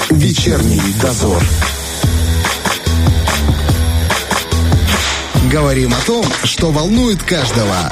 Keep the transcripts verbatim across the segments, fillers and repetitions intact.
Вечерний дозор. Говорим о том, что волнует каждого.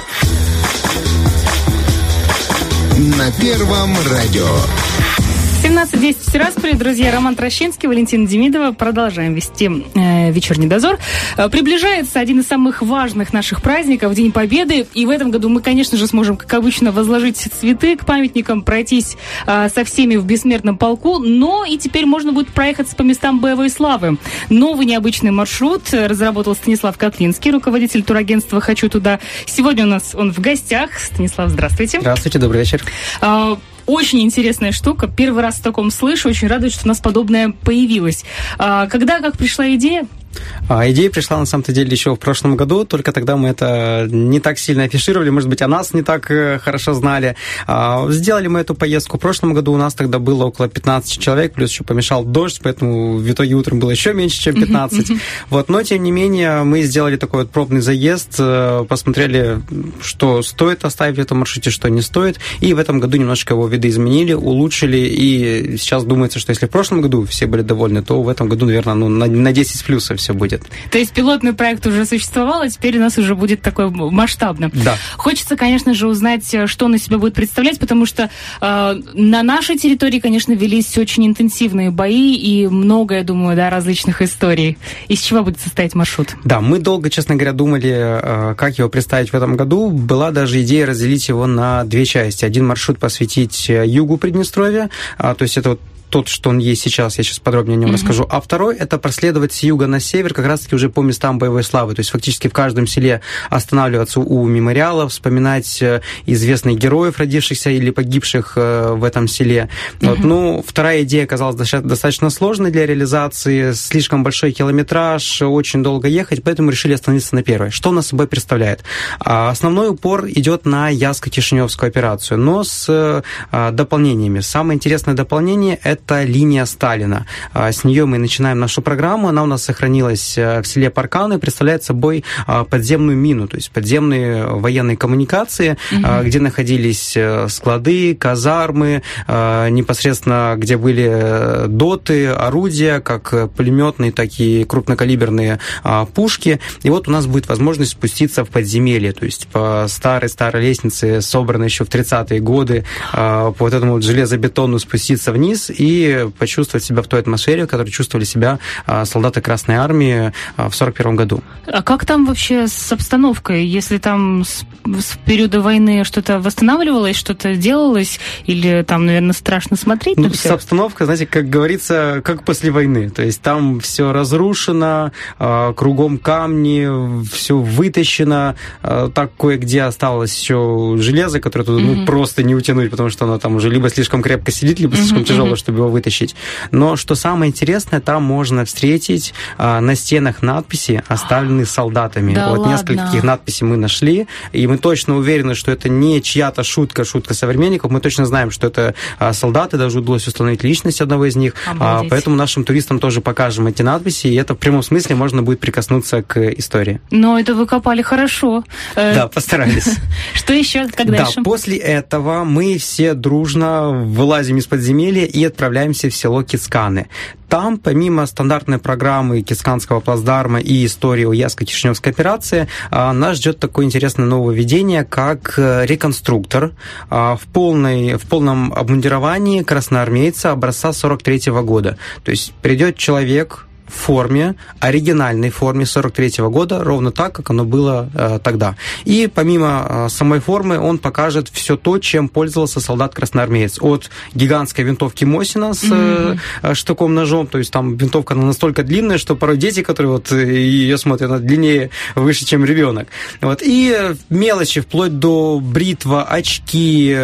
На Первом радио. семнадцать десять в Тирасполе. Друзья, Роман Трощинский, Валентина Демидова. Продолжаем вести э, вечерний дозор. Э, приближается один из самых важных наших праздников, День Победы. И в этом году мы, конечно же, сможем, как обычно, возложить цветы к памятникам, пройтись э, со всеми в бессмертном полку. Но и теперь можно будет проехаться по местам боевой славы. Новый необычный маршрут разработал Станислав Котлинский, руководитель турагентства «Хочу туда». Сегодня у нас он в гостях. Станислав, здравствуйте. Здравствуйте, добрый вечер. Э, Очень интересная штука. Первый раз в таком слышу. Очень радует, что у нас подобное появилось. А когда, как пришла идея? А идея пришла, на самом-то деле, еще в прошлом году, только тогда мы это не так сильно афишировали, может быть, о нас не так хорошо знали. А, сделали мы эту поездку в прошлом году, у нас тогда было около пятнадцать человек, плюс еще помешал дождь, поэтому в итоге утром было еще меньше, чем пятнадцать. Вот, но, тем не менее, мы сделали такой вот пробный заезд, посмотрели, что стоит оставить в этом маршруте, что не стоит, и в этом году немножко его видоизменили, улучшили, и сейчас думается, что если в прошлом году все были довольны, то в этом году, наверное, ну, на, на десять плюсов все будет. То есть пилотный проект уже существовал, а теперь у нас уже будет такой масштабным. Да. Хочется, конечно же, узнать, что он из себя будет представлять, потому что э, на нашей территории, конечно, велись очень интенсивные бои и много, я думаю, да, различных историй. Из чего будет состоять маршрут? Да, мы долго, честно говоря, думали, э, как его представить в этом году. Была даже идея разделить его на две части. Один маршрут посвятить югу Приднестровья, э, то есть это вот тот, что он есть сейчас, я сейчас подробнее о нем mm-hmm. расскажу. А второй – это проследовать с юга на север, как раз-таки уже по местам боевой славы. То есть фактически в каждом селе останавливаться у мемориалов, вспоминать известных героев, родившихся или погибших в этом селе. Mm-hmm. Вот. Ну, вторая идея оказалась достаточно сложной для реализации, слишком большой километраж, очень долго ехать, поэтому решили остановиться на первой. Что она собой представляет? Основной упор идет на Ясско-Кишиневскую операцию, но с дополнениями. Самое интересное дополнение – это Это линия Сталина. С нее мы начинаем нашу программу. Она у нас сохранилась в селе Парканы, представляет собой подземную мину, то есть подземные военные коммуникации, mm-hmm. где находились склады, казармы, непосредственно где были доты, орудия, как пулеметные, так и крупнокалиберные пушки. И вот у нас будет возможность спуститься в подземелье, то есть по старой-старой лестнице, собранной еще в тридцатые годы, по вот этому вот железобетону спуститься вниз и почувствовать себя в той атмосфере, в которой чувствовали себя солдаты Красной Армии в сорок первом году. А как там вообще с обстановкой? Если там с, с периода войны что-то восстанавливалось, что-то делалось, или там, наверное, страшно смотреть на ну, все? С обстановкой, знаете, как говорится, как после войны. То есть там все разрушено, кругом камни, все вытащено, так кое-где осталось еще железо, которое туда mm-hmm. ну, просто не утянуть, потому что оно там уже либо слишком крепко сидит, либо слишком mm-hmm. тяжело, чтобы его вытащить. Но что самое интересное, там можно встретить а, на стенах надписи, оставленные солдатами. Да вот ладно? Несколько таких надписей мы нашли, и мы точно уверены, что это не чья-то шутка, шутка современников. Мы точно знаем, что это а, солдаты, даже удалось установить личность одного из них. А, поэтому нашим туристам тоже покажем эти надписи, и это в прямом смысле можно будет прикоснуться к истории. Но это вы копали хорошо. Да, постарались. Что еще? Как дальше? Да, после этого мы все дружно вылазим из подземелья и отправляемся в село Кицканы. Там, помимо стандартной программы Кицканского плацдарма и истории о Ясско-Кишиневской операции, нас ждет такое интересное нововведение, как реконструктор в, полной, в полном обмундировании красноармейца образца сорок третьего года. То есть придет человек в форме, оригинальной форме сорок третьего года, ровно так, как оно было э, тогда. И помимо э, самой формы он покажет все то, чем пользовался солдат-красноармеец. От гигантской винтовки Мосина с mm-hmm. э, штыком-ножом, то есть там винтовка она настолько длинная, что порой дети, которые вот ее смотрят, она длиннее, выше, чем ребенок. Вот. И мелочи, вплоть до бритва, очки,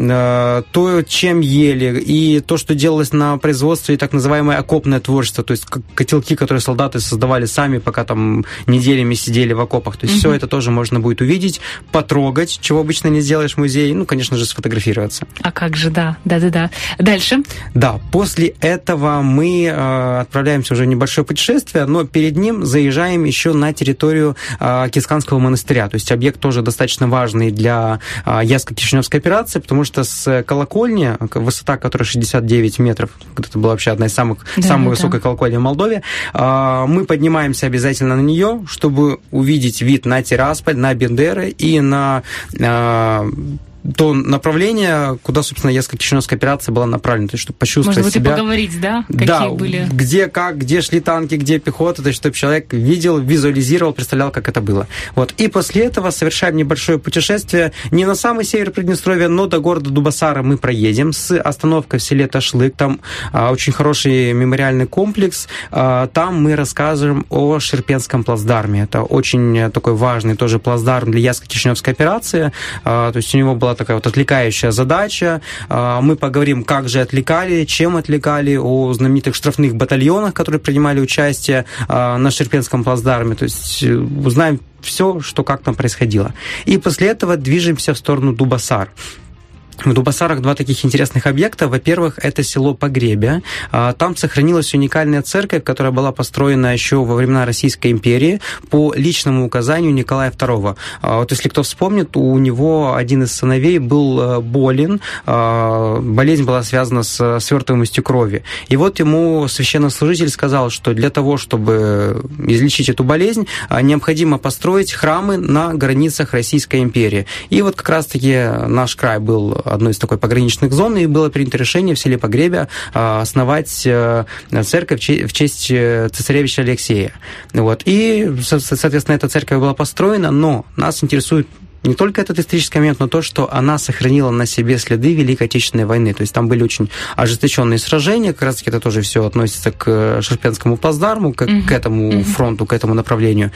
э, то, чем ели, и то, что делалось на производстве, так называемое окопное творчество, то есть котелки стрелки, которые солдаты создавали сами, пока там неделями сидели в окопах. То есть угу. все это тоже можно будет увидеть, потрогать, чего обычно не сделаешь в музее, ну, конечно же, сфотографироваться. А как же, да, да-да-да. Дальше? Да, после этого мы э, отправляемся уже в небольшое путешествие, но перед ним заезжаем еще на территорию э, Кисканского монастыря. То есть объект тоже достаточно важный для э, Яско-Кишиневской операции, потому что с колокольни, высота которой шестьдесят девять метров, это была вообще одна из самых, да, самой да, высокой колокольни в Молдове, э, мы поднимаемся обязательно на нее, чтобы увидеть вид на Тирасполь, на Бендеры и на... Э, то направление, куда, собственно, Яско-Кишиневская операция была направлена, то есть, чтобы почувствовать Может быть, себя... и поговорить, да? Какие да, были... где, как, где шли танки, где пехота, то есть, чтобы человек видел, визуализировал, представлял, как это было. Вот. И после этого совершаем небольшое путешествие не на самый север Приднестровья, но до города Дубасара мы проедем с остановкой в селе Ташлык. Там а, очень хороший мемориальный комплекс. А, там мы расскажем о Шерпенском плацдарме. Это очень такой важный тоже плацдарм для Яско-Кишиневской операции. А, то есть, у него была такая вот отвлекающая задача. Мы поговорим, как же отвлекали, чем отвлекали, о знаменитых штрафных батальонах, которые принимали участие на Шерпенском плацдарме. То есть узнаем все, что как там происходило. И после этого движемся в сторону Дубасар. В Дубасарах два таких интересных объекта. Во-первых, это село Погребя. Там сохранилась уникальная церковь, которая была построена еще во времена Российской империи по личному указанию Николая второго. Вот если кто вспомнит, у него один из сыновей был болен. Болезнь была связана с свертываемостью крови. И вот ему священнослужитель сказал, что для того, чтобы излечить эту болезнь, необходимо построить храмы на границах Российской империи. И вот как раз-таки наш край был одной из такой пограничных зон, и было принято решение в селе Погребя основать церковь в честь цесаревича Алексея. Вот. И, соответственно, эта церковь была построена, но нас интересует не только этот исторический момент, но то, что она сохранила на себе следы Великой Отечественной войны. То есть там были очень ожесточенные сражения, как раз-таки это тоже все относится к Шерпенскому плацдарму, к, uh-huh. к этому uh-huh. фронту, к этому направлению.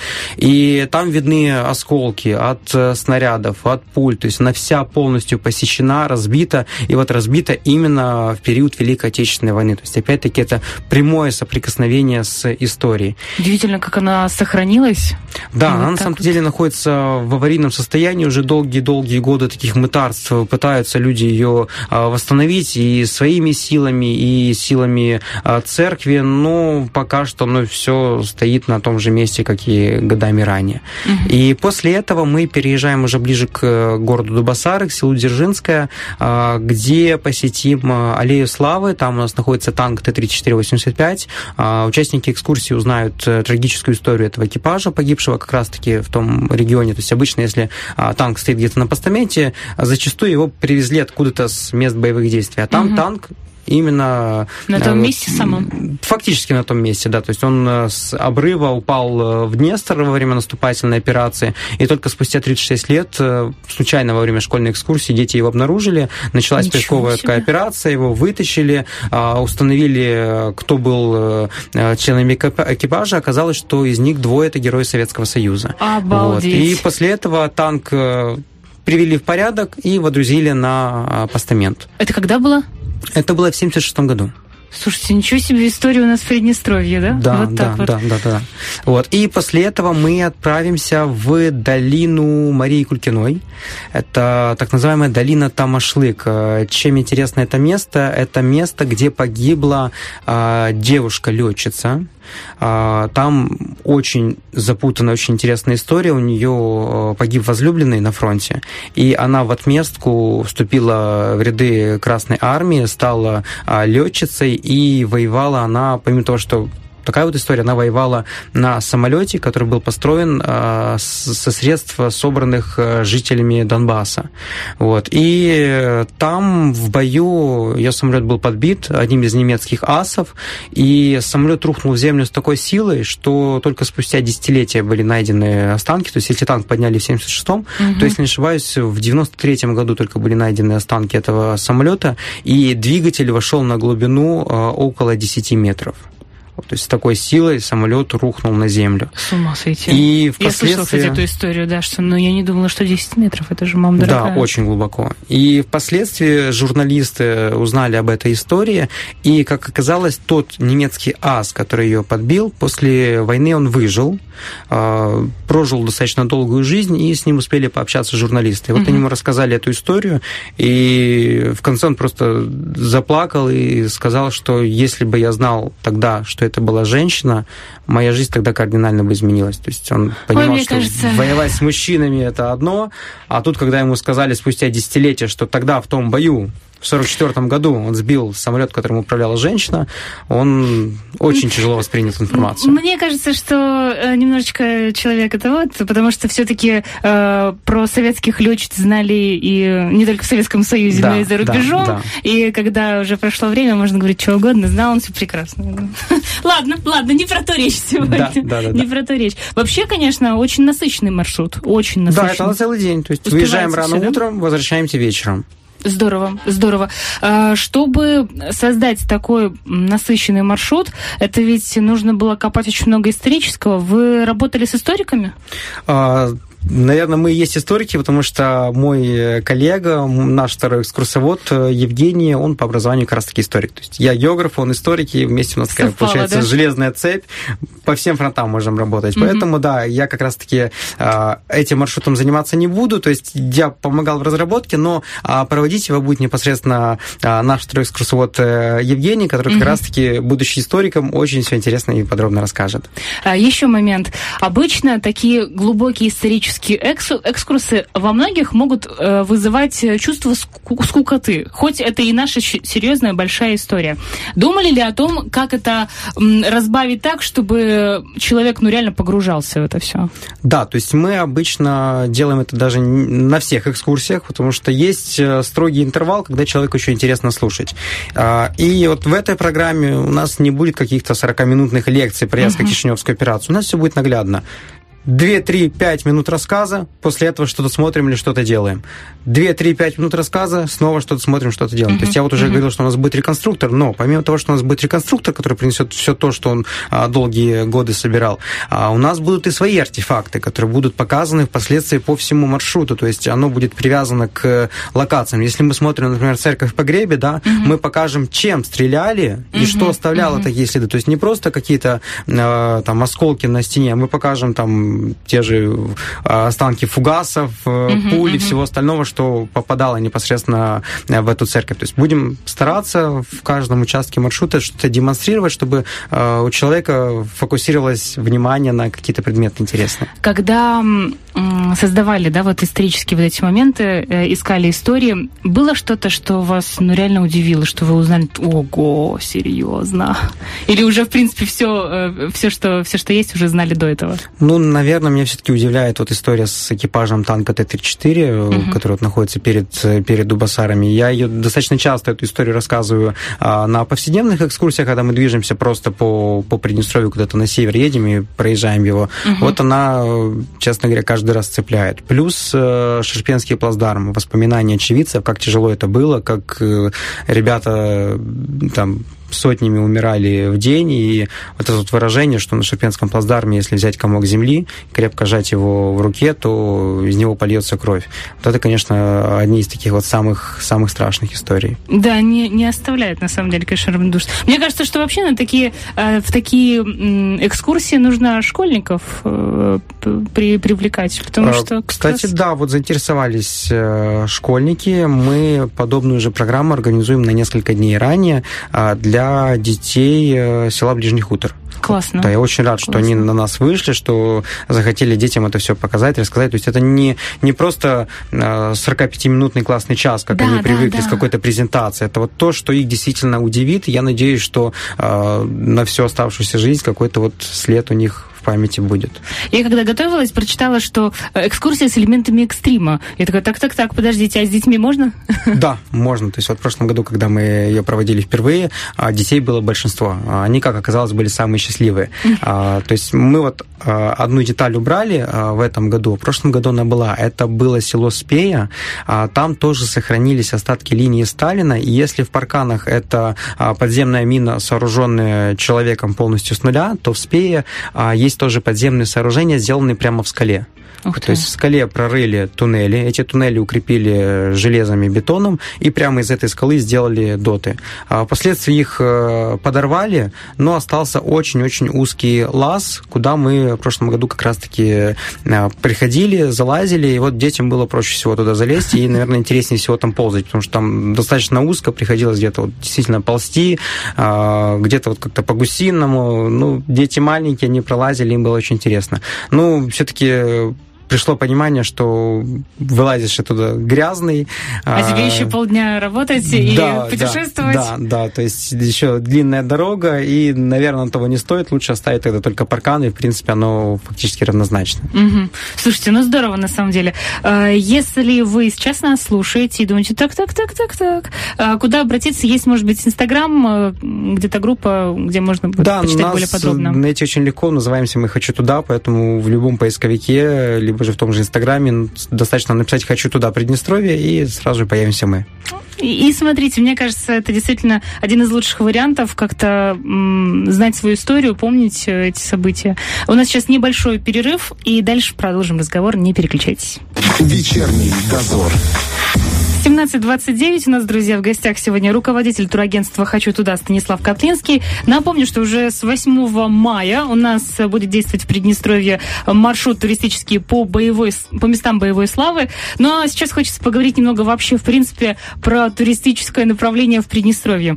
И там видны осколки от снарядов, от пуль, то есть она вся полностью посечена, разбита, и вот разбита именно в период Великой Отечественной войны. То есть, опять-таки, это прямое соприкосновение с историей. Удивительно, как она сохранилась. Да, и она вот на самом вот... деле находится в аварийном состоянии, уже долгие-долгие годы таких мытарств, пытаются люди ее восстановить и своими силами, и силами церкви, но пока что оно все стоит на том же месте, как и годами ранее. Угу. И после этого мы переезжаем уже ближе к городу Дубасары, к селу Дзержинское, где посетим Аллею Славы. Там у нас находится танк Т тридцать четыре восемьдесят пять. Участники экскурсии узнают трагическую историю этого экипажа, погибшего как раз-таки в том регионе. То есть обычно, если танк стоит где-то на постаменте, зачастую его привезли откуда-то с мест боевых действий. А там угу. танк именно... На том э, месте самом? Фактически на том месте, да. То есть он с обрыва упал в Днестр во время наступательной операции, и только спустя тридцать шесть лет, случайно во время школьной экскурсии, дети его обнаружили, началась Ничего поисковая себе. такая операция, его вытащили, установили, кто был членами экипажа, оказалось, что из них двое – это герои Советского Союза. Обалдеть. Вот. И после этого танк привели в порядок и водрузили на постамент. Это когда было? Это было в семьдесят шестом году. Слушайте, ничего себе история у нас в Приднестровье, да? Да, вот да, так вот. да, да, да. Вот. И после этого мы отправимся в долину Марии Кулькиной. Это так называемая долина Тамашлык. Чем интересно это место? Это место, где погибла а, девушка-летчица. А, там очень запутанная, очень интересная история. У нее погиб возлюбленный на фронте, и она в отместку вступила в ряды Красной Армии, стала а, летчицей, и воевала она, помимо того, что такая вот история, она воевала на самолете, который был построен э, со средств, собранных жителями Донбасса. Вот. И там в бою ее самолет был подбит одним из немецких асов, и самолет рухнул в землю с такой силой, что только спустя десятилетия были найдены останки. То есть если танк подняли в семьдесят шестом, угу. то, если не ошибаюсь, в девяносто третьем году только были найдены останки этого самолета, и двигатель вошел на глубину э, около десяти метров. То есть с такой силой самолет рухнул на землю. С ума сойти. И впоследствии... Я слышала, кстати, эту историю, да, что, ну, я не думала, что десять метров, это же, мама дорогая. Да, очень глубоко. И впоследствии журналисты узнали об этой истории, и, как оказалось, тот немецкий ас, который ее подбил, после войны он выжил, прожил достаточно долгую жизнь, и с ним успели пообщаться журналисты. И вот mm-hmm. они ему рассказали эту историю, и в конце он просто заплакал и сказал, что если бы я знал тогда, что это была женщина, моя жизнь тогда кардинально бы изменилась. То есть он понимал, Ой, что кажется... воевать с мужчинами – это одно, а тут, когда ему сказали спустя десятилетия, что тогда в том бою, в сорок четвёртом году он сбил самолет, которым управляла женщина, он очень тяжело воспринял эту информацию. Мне кажется, что немножечко человек это вот, потому что все-таки э, про советских летчиц знали и не только в Советском Союзе, да, но и за рубежом. Да, да. И когда уже прошло время, можно говорить что угодно, знал он все прекрасно. Ладно, ладно, не про то речь сегодня. Да, да, да, не да. про то речь. Вообще, конечно, очень насыщенный маршрут. Очень насыщенный. Да, это на целый день. То есть Успевается выезжаем рано все, утром, да? Возвращаемся вечером. Здорово, здорово. Чтобы создать такой насыщенный маршрут, это ведь нужно было копать очень много исторического. Вы работали с историками? Наверное, мы и есть историки, потому что мой коллега, наш второй экскурсовод Евгений, он по образованию как раз-таки историк. То есть я географ, он историк, и вместе у нас такая, Совпало, получается, да? железная цепь. По всем фронтам можем работать. Mm-hmm. Поэтому, да, я как раз-таки этим маршрутом заниматься не буду. То есть я помогал в разработке, но проводить его будет непосредственно наш второй экскурсовод Евгений, который mm-hmm. как раз-таки, будучи историком, очень все интересно и подробно расскажет. Еще момент. Обычно такие глубокие исторические экскурсы во многих могут э, вызывать чувство ску- скукоты, хоть это и наша серьезная большая история. Думали ли о том, как это м, разбавить так, чтобы человек ну, реально погружался в это все? Да, то есть мы обычно делаем это даже на всех экскурсиях, потому что есть строгий интервал, когда человеку еще интересно слушать. И вот в этой программе у нас не будет каких-то сорокаминутных лекций про Яско-Кишиневскую операцию. У нас все будет наглядно. две, три, пять минут рассказа, после этого что-то смотрим или что-то делаем. две, три, пять минут рассказа, снова что-то смотрим, что-то делаем. Uh-huh. То есть я вот уже uh-huh. говорил, что у нас будет реконструктор, но помимо того, что у нас будет реконструктор, который принесет все то, что он а, долгие годы собирал, а, у нас будут и свои артефакты, которые будут показаны впоследствии по всему маршруту. То есть оно будет привязано к локациям. Если мы смотрим, например, церковь в Погребе, да, uh-huh. мы покажем, чем стреляли и uh-huh. что оставляло uh-huh. такие следы. То есть не просто какие-то а, там осколки на стене, мы покажем там те же останки фугасов, uh-huh, пуль и uh-huh. всего остального, что попадало непосредственно в эту церковь. То есть будем стараться в каждом участке маршрута что-то демонстрировать, чтобы у человека фокусировалось внимание на какие-то предметы интересные. Когда создавали, да, вот исторические вот эти моменты, искали истории, было что-то, что вас ну, реально удивило, что вы узнали, ого, серьезно? Или уже, в принципе, все, все, что, все, что есть, уже знали до этого? Ну, наверное, меня все-таки удивляет вот история с экипажем танка Т тридцать четыре, uh-huh. который вот находится перед, перед Дубасарами. Я ее достаточно часто, эту историю, рассказываю а, на повседневных экскурсиях, когда мы движемся просто по, по Приднестровью, куда-то на север едем и проезжаем его. Uh-huh. Вот она, честно говоря, каждый раз цепляет. Плюс э, Шерпенский плацдарм, воспоминания очевидцев, как тяжело это было, как э, ребята там сотнями умирали в день, и вот это вот выражение, что на Шерпенском плацдарме, если взять комок земли, крепко сжать его в руке, то из него польется кровь. Вот это, конечно, одни из таких вот самых, самых страшных историй. Да, не, не оставляет, на самом деле, конечно, равнодушно. Мне кажется, что вообще на такие, в такие экскурсии нужно школьников при, привлекать, потому что... Кстати, да, вот заинтересовались школьники. Мы подобную же программу организуем на несколько дней ранее для для детей села Ближний Хутор. Классно. Да, я очень рад, что Классно. Они на нас вышли, что захотели детям это все показать, рассказать. То есть это не, не просто сорокапятиминутный классный час, как да, они привыкли да, да. с какой-то презентацией. Это вот то, что их действительно удивит. Я надеюсь, что э, на всю оставшуюся жизнь какой-то вот след у них в памяти будет. Я когда готовилась, прочитала, что экскурсия с элементами экстрима. Я такая, так-так-так, подождите, а с детьми можно? Да, можно. То есть вот в прошлом году, когда мы ее проводили впервые, детей было большинство. Они, как оказалось, были самые счастливые счастливые. А, то есть мы вот а, одну деталь убрали а, в этом году, в прошлом году она была, это было село Спея, а, там тоже сохранились остатки линии Сталина, и если в Парканах это а, подземная мина, сооруженная человеком полностью с нуля, то в Спее а, есть тоже подземные сооружения, сделанные прямо в скале. То есть в скале прорыли туннели, эти туннели укрепили железом и бетоном, и прямо из этой скалы сделали доты. Впоследствии их подорвали, но остался очень-очень узкий лаз, куда мы в прошлом году как раз-таки приходили, залазили, и вот детям было проще всего туда залезть, и, наверное, интереснее всего там ползать, потому что там достаточно узко, приходилось где-то вот действительно ползти, где-то вот как-то по-гусиному. Ну, дети маленькие, они пролазили, им было очень интересно. Ну, все-таки пришло понимание, что вылазишь оттуда грязный. А тебе еще полдня работать и да, путешествовать? Да, да, да, то есть еще длинная дорога, и, наверное, того не стоит. Лучше оставить тогда только паркан, и, в принципе, оно фактически равнозначно. Угу. Слушайте, ну здорово, на самом деле. Если вы сейчас нас слушаете и думаете, так, так, так, так, так, куда обратиться? Есть, может быть, Инстаграм, где-то группа, где можно будет да, почитать более подробно? Да, найти очень легко, называемся мы «Хочу туда», поэтому в любом поисковике, либо же в том же Инстаграме достаточно написать «Хочу туда, Приднестровье», и сразу же появимся мы. И, и смотрите, мне кажется, это действительно один из лучших вариантов как-то м, знать свою историю, помнить эти события. У нас сейчас небольшой перерыв, и дальше продолжим разговор. Не переключайтесь. Вечерний дозор. семнадцать двадцать девять у нас, друзья, в гостях сегодня руководитель турагентства «Хочу туда» Станислав Котлинский. Напомню, что уже с восьмого мая у нас будет действовать в Приднестровье маршрут туристический по, боевой, по местам боевой славы. Ну а сейчас хочется поговорить немного вообще, в принципе, про туристическое направление в Приднестровье.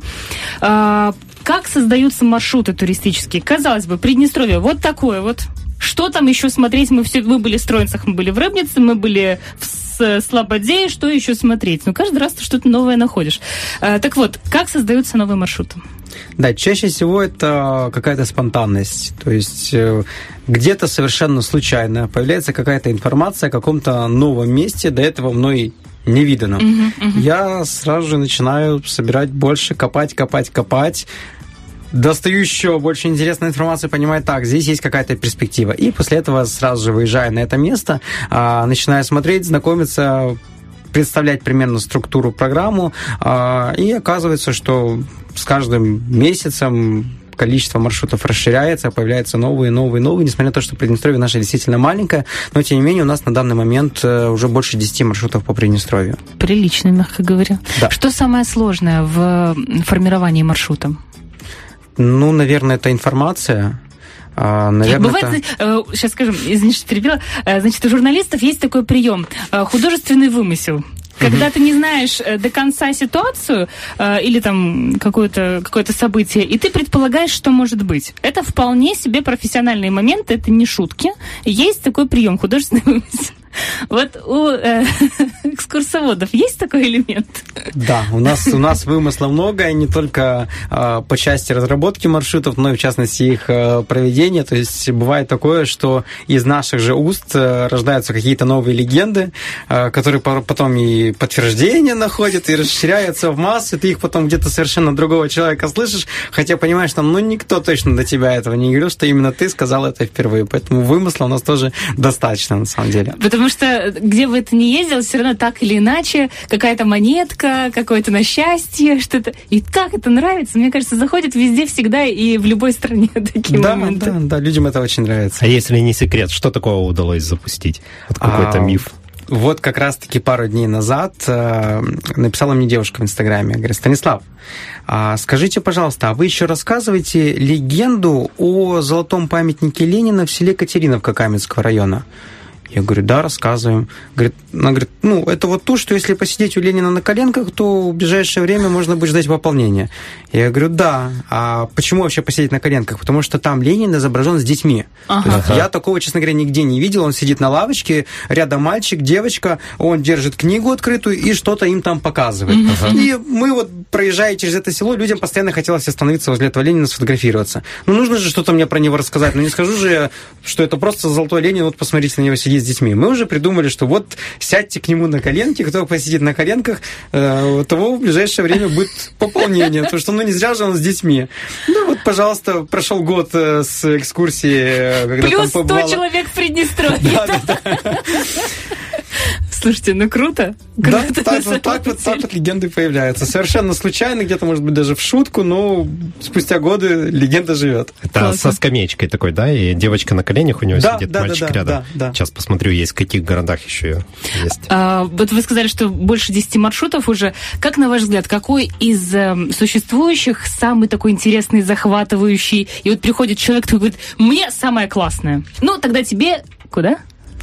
Как создаются маршруты туристические? Казалось бы, Приднестровье вот такое вот. Что там еще смотреть? Мы, все, мы были в Стройнцах, мы были в Рыбнице, мы были в Слободе. Что еще смотреть? Ну, каждый раз ты что-то новое находишь. А, так вот, как создаются новые маршруты? Да, чаще всего это какая-то спонтанность. То есть где-то совершенно случайно появляется какая-то информация о каком-то новом месте, до этого мной не видано. Uh-huh, uh-huh. Я сразу же начинаю собирать больше, копать, копать, копать. Достаю еще больше интересной информации, понимаю, так, здесь есть какая-то перспектива. И после этого сразу же выезжаю на это место, начинаю смотреть, знакомиться, представлять примерно структуру, программу, и оказывается, что с каждым месяцем количество маршрутов расширяется, появляются новые, новые, новые, несмотря на то, что Приднестровье наше действительно маленькое, но, тем не менее, у нас на данный момент уже больше десяти маршрутов по Приднестровью. Прилично, мягко говоря. Да. Что самое сложное в формировании маршрута? Ну, наверное, это информация. Наверное, бывает, это... сейчас скажем, извините, что перебила, значит, у журналистов есть такой прием – художественный вымысел. Когда ты не знаешь до конца ситуацию э, или там какое-то, какое-то событие, и ты предполагаешь, что может быть. Это вполне себе профессиональные моменты, это не шутки. Есть такой прием – художественный вымысел. Вот у э, экскурсоводов есть такой элемент? Да, у нас, у нас вымысла много, и не только э, по части разработки маршрутов, но и в частности их э, проведения. То есть бывает такое, что из наших же уст э, рождаются какие-то новые легенды, э, которые потом и подтверждение находят, и расширяются в массу, и ты их потом где-то совершенно другого человека слышишь, хотя понимаешь, что ну, никто точно до тебя этого не говорил, что именно ты сказал это впервые. Поэтому вымысла у нас тоже достаточно, на самом деле. Потому что где бы это ни ездил, все равно так или иначе какая-то монетка, какое-то на счастье, что-то. И так это нравится. Мне кажется, заходит везде, всегда и в любой стране такие да, моменты. Да, да, людям это очень нравится. А если не секрет, что такого удалось запустить? Вот какой-то а... миф. Вот как раз-таки пару дней назад э, написала мне девушка в Инстаграме. Говорит: Станислав, э, скажите, пожалуйста, а вы еще рассказываете легенду о золотом памятнике Ленина в селе Катериновка Каменского района? Я говорю: да, рассказываем. Говорит, она говорит, ну, это вот то, что если посидеть у Ленина на коленках, то в ближайшее время можно будет ждать пополнения. Я говорю: да. А почему вообще посидеть на коленках? Потому что там Ленин изображен с детьми. Ага. То есть я такого, честно говоря, нигде не видел. Он сидит на лавочке, рядом мальчик, девочка, он держит книгу открытую и что-то им там показывает. Ага. И мы вот, проезжая через это село, людям постоянно хотелось остановиться возле этого Ленина, сфотографироваться. Ну, нужно же что-то мне про него рассказать. Ну, не скажу же я, что это просто золотой Ленин, вот посмотрите, на него сидит есть с детьми. Мы уже придумали, что вот сядьте к нему на коленки, кто посидит на коленках, у того в ближайшее время будет пополнение, потому что, ну, не зря же он с детьми. Ну, вот, пожалуйста, прошел год с экскурсии, когда плюс там побывало... сто человек в Приднестровье. Да, да, да. Слушайте, ну круто. Да, круто так, вот, так, вот, так вот легенды появляются. Совершенно случайно, где-то, может быть, даже в шутку, но спустя годы легенда живет. Это Классно. со скамеечкой такой, да? И девочка на коленях у него Да, сидит, да, мальчик да, рядом. да, да. Сейчас посмотрю, есть в каких городах еще есть. А, вот вы сказали, что больше десяти маршрутов уже. Как, на ваш взгляд, какой из э, существующих самый такой интересный, захватывающий? И вот приходит человек, который говорит, мне самое классное. Ну, тогда тебе куда?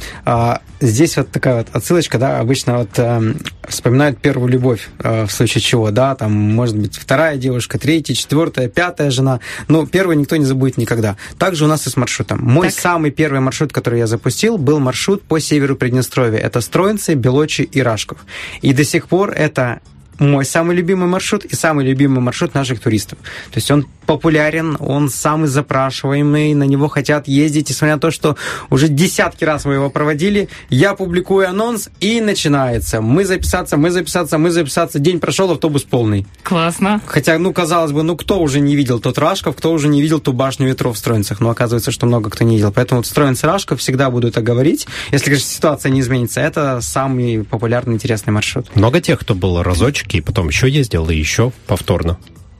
А, здесь вот такая вот отсылочка, да, обычно вот э, вспоминают первую любовь, э, в случае чего, да, там, может быть, вторая девушка, третья, четвертая, пятая жена, но первую никто не забудет никогда. Также у нас и с маршрутом. Мой так. самый первый маршрут, который я запустил, был маршрут по северу Приднестровья. Это Строинцы, Белочи и Рашков. И до сих пор это мой самый любимый маршрут и самый любимый маршрут наших туристов. То есть он популярен, он самый запрашиваемый, на него хотят ездить, несмотря на то, что уже десятки раз мы его проводили, я публикую анонс, и начинается. Мы записаться, мы записаться, мы записаться. День прошел, автобус полный. Классно. Хотя, ну, казалось бы, ну, кто уже не видел тот Рашков, кто уже не видел ту башню ветров в Строинцах? Но оказывается, что много кто не видел. Поэтому вот Строинцы Рашков всегда буду это говорить. Если, конечно, ситуация не изменится, это самый популярный, интересный маршрут. Много тех, кто был разочек и потом еще ездил, и еще повторно?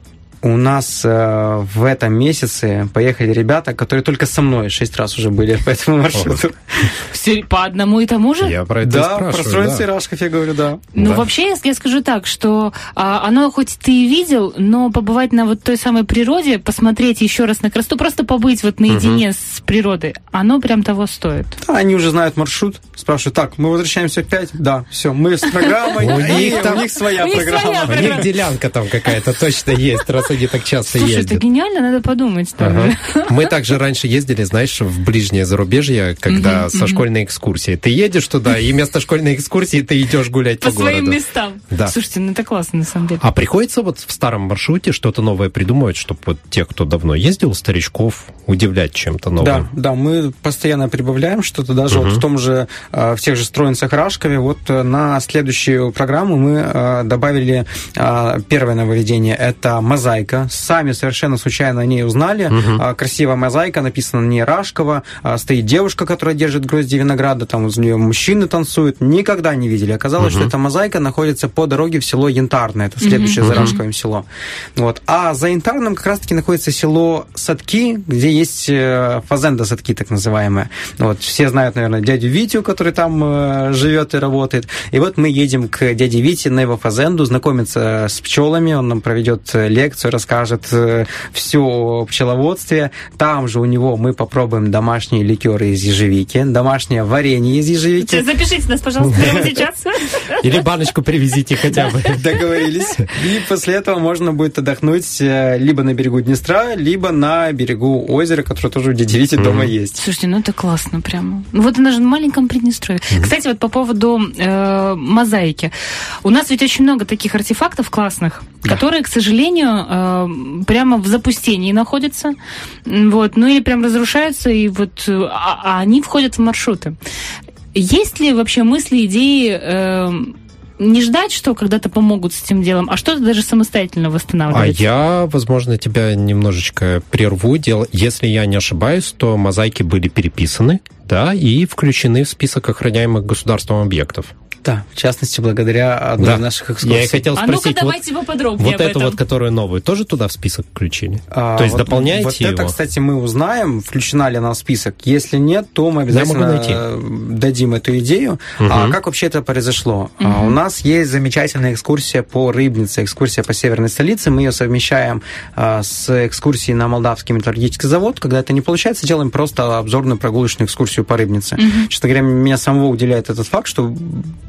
У нас э, в этом месяце поехали ребята, которые только со мной шесть раз уже были по этому маршруту. Все по одному и тому же? Я про это Да, и спрашиваю. про Строинцы и да. Рашков я говорю, да. Ну, Да. вообще, я, я скажу так, что а, оно хоть ты и видел, но побывать на вот той самой природе, посмотреть еще раз на красоту, просто побыть вот наедине угу. с природой, оно прям того стоит. Да, они уже знают маршрут, спрашивают, так, мы возвращаемся в пять? Да, все, мы с программой, У них и там- у них своя у них программа. своя У них делянка там какая-то точно есть, раз они так часто Слушай, ездят. это гениально, надо подумать. Ага. Мы также раньше ездили, знаешь, в ближнее зарубежье, когда Мгм, со мгм. школьной экскурсией. Ты едешь туда, и вместо школьной экскурсии ты идешь гулять по, По своим городу. местам. Да. Слушайте, ну это классно, на самом деле. А приходится вот в старом маршруте что-то новое придумывать, чтобы вот тех, кто давно ездил, старичков, удивлять чем-то новым? Да, да, мы постоянно прибавляем что-то, даже Мгм. вот в том же, э, в тех же Строинцах Рашкове, вот э, на следующую программу мы э, добавили э, первое нововведение, это мозаика. Сами совершенно случайно о ней узнали. Мгм. Э, Красивая мозаика, написана на ней Рашкова, э, стоит девушка, которая держит грозди винограда, там возле нее мужчины танцуют. Никогда не видели. Оказалось, Мгм. что эта мозаика находится по дороге в село Янтарное, это следующее Мгм. за Рашковым село. Вот. А за Янтарным как раз-таки находится село Садки, где есть э, фазенда Садки, так называемая. Вот. Все знают, наверное, дядю Витю, который там э, живет и работает. И вот мы едем к дяде Вите на его фазенду, знакомиться с пчелами, он нам проведет лекцию, расскажет э, все о пчеловодстве. Там же у него мы попробуем домашние ликеры из ежевики, домашнее варенье из ежевики. Запишите нас, пожалуйста, прямо сейчас. Или баночку привезите хотя бы. Договорились. И после этого можно будет отдохнуть э, либо на берегу Днестра, либо на берегу озера, которое тоже у дяди Вити дома есть. Слушайте, ну это классно прямо. Ну вот она же в маленьком Приднестровье. Кстати, вот по поводу э, мозаики. У нас ведь очень много таких артефактов классных, которые, к сожалению, э, прямо в запустении находятся. Вот, ну или прям разрушаются, и вот, э, а, а они входят в маршруты. Есть ли вообще мысли, идеи э, не ждать, что когда-то помогут с этим делом, а что-то даже самостоятельно А восстанавливать? я, возможно, тебя немножечко прерву. Дело, если я не ошибаюсь, то мозаики были переписаны, да, и включены в список охраняемых государством объектов. Да, в частности, благодаря одной Да. из наших экскурсий. Я и хотел А ну-ка спросить, вот, давайте поподробнее вот об эту этом. вот, которую новую, тоже туда в список включили? А, То есть вот, дополняете вот его? это, кстати, мы узнаем, включена ли она в список. Если нет, то мы обязательно могу найти. дадим эту идею. Мгм. А как вообще это произошло? А, у нас есть замечательная экскурсия по Рыбнице, экскурсия по северной столице. Мы ее совмещаем а, с экскурсией на Молдавский металлургический завод. Когда это не получается, делаем просто обзорную прогулочную экскурсию по Рыбнице. Честно говоря, меня самого удивляет этот факт, что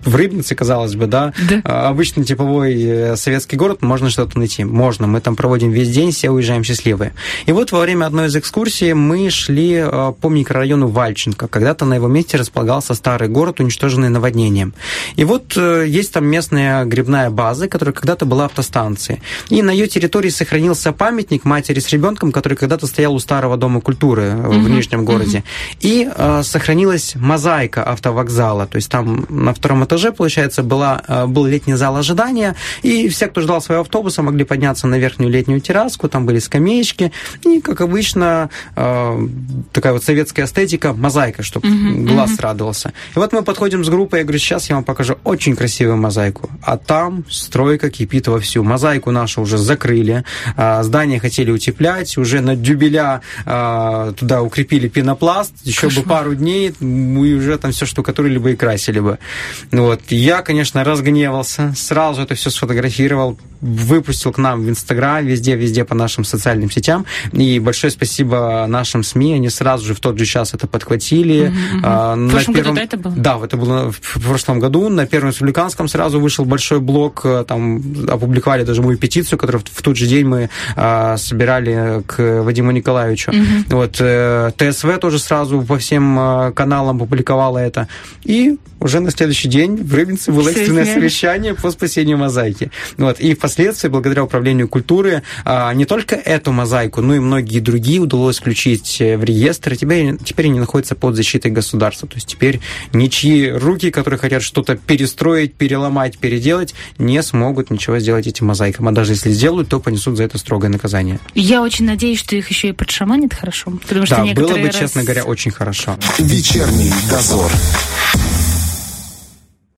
в Рыбнице, казалось бы, да, да. Обычный типовой советский город, можно что-то найти. Можно. Мы там проводим весь день, все уезжаем счастливые. И вот во время одной из экскурсий мы шли по микрорайону Вальченко. Когда-то на его месте располагался старый город, уничтоженный наводнением. И вот есть там местная грибная база, которая когда-то была автостанцией. И на ее территории сохранился памятник матери с ребенком, который когда-то стоял у старого дома культуры uh-huh. в Нижнем городе. Uh-huh. И э, сохранилась мозаика автовокзала. То есть там на втором этаже, получается, была, э, был летний зал ожидания, и все, кто ждал своего автобуса, могли подняться на верхнюю летнюю терраску, там были скамеечки, и, как обычно, э, такая вот советская эстетика, мозаика, чтобы uh-huh. глаз uh-huh. радовался. И вот мы подходим с группой, я говорю, сейчас я вам покажу очень красивую мозаику. А там стройка кипит вовсю. Мозаику нашу уже закрыли, э, здание хотели утеплять, уже на дюбеля э, туда укрепили пенопласт, еще Кошмар. бы пару дней, мы уже там все штукатурили бы и красили бы. Вот. Я, конечно, разгневался, сразу это все сфотографировал, выпустил к нам в Инстаграм, везде-везде по нашим социальным сетям. И большое спасибо нашим СМИ, они сразу же в тот же час это подхватили. Uh-huh, uh-huh. В прошлом первом... году, да, это было? Да, это было в прошлом году. На Первом республиканском сразу вышел большой блог, там опубликовали даже мою петицию, которую в тот же день мы а, собирали к Вадиму Николаевичу. Uh-huh. Вот, э, ТСВ тоже сразу по всем э, каналам публиковала это. И уже на следующий день в Рыбнице было экстренное совещание по спасению мозаики. Вот. И впоследствии, благодаря управлению культуры, а, не только эту мозаику, но и многие другие удалось включить в реестр, и теперь, теперь они находятся под защитой государства. То есть теперь ничьи руки, которые хотят что-то перестроить, переломать, переделать, не смогут ничего сделать этим мозаикам. А даже если сделают, то понесут за это строгое наказание. Я очень надеюсь, что их еще и подшаманит хорошо. Потому что да, некоторые было бы, раз... честно говоря, очень хорошо. Вечерний дозор.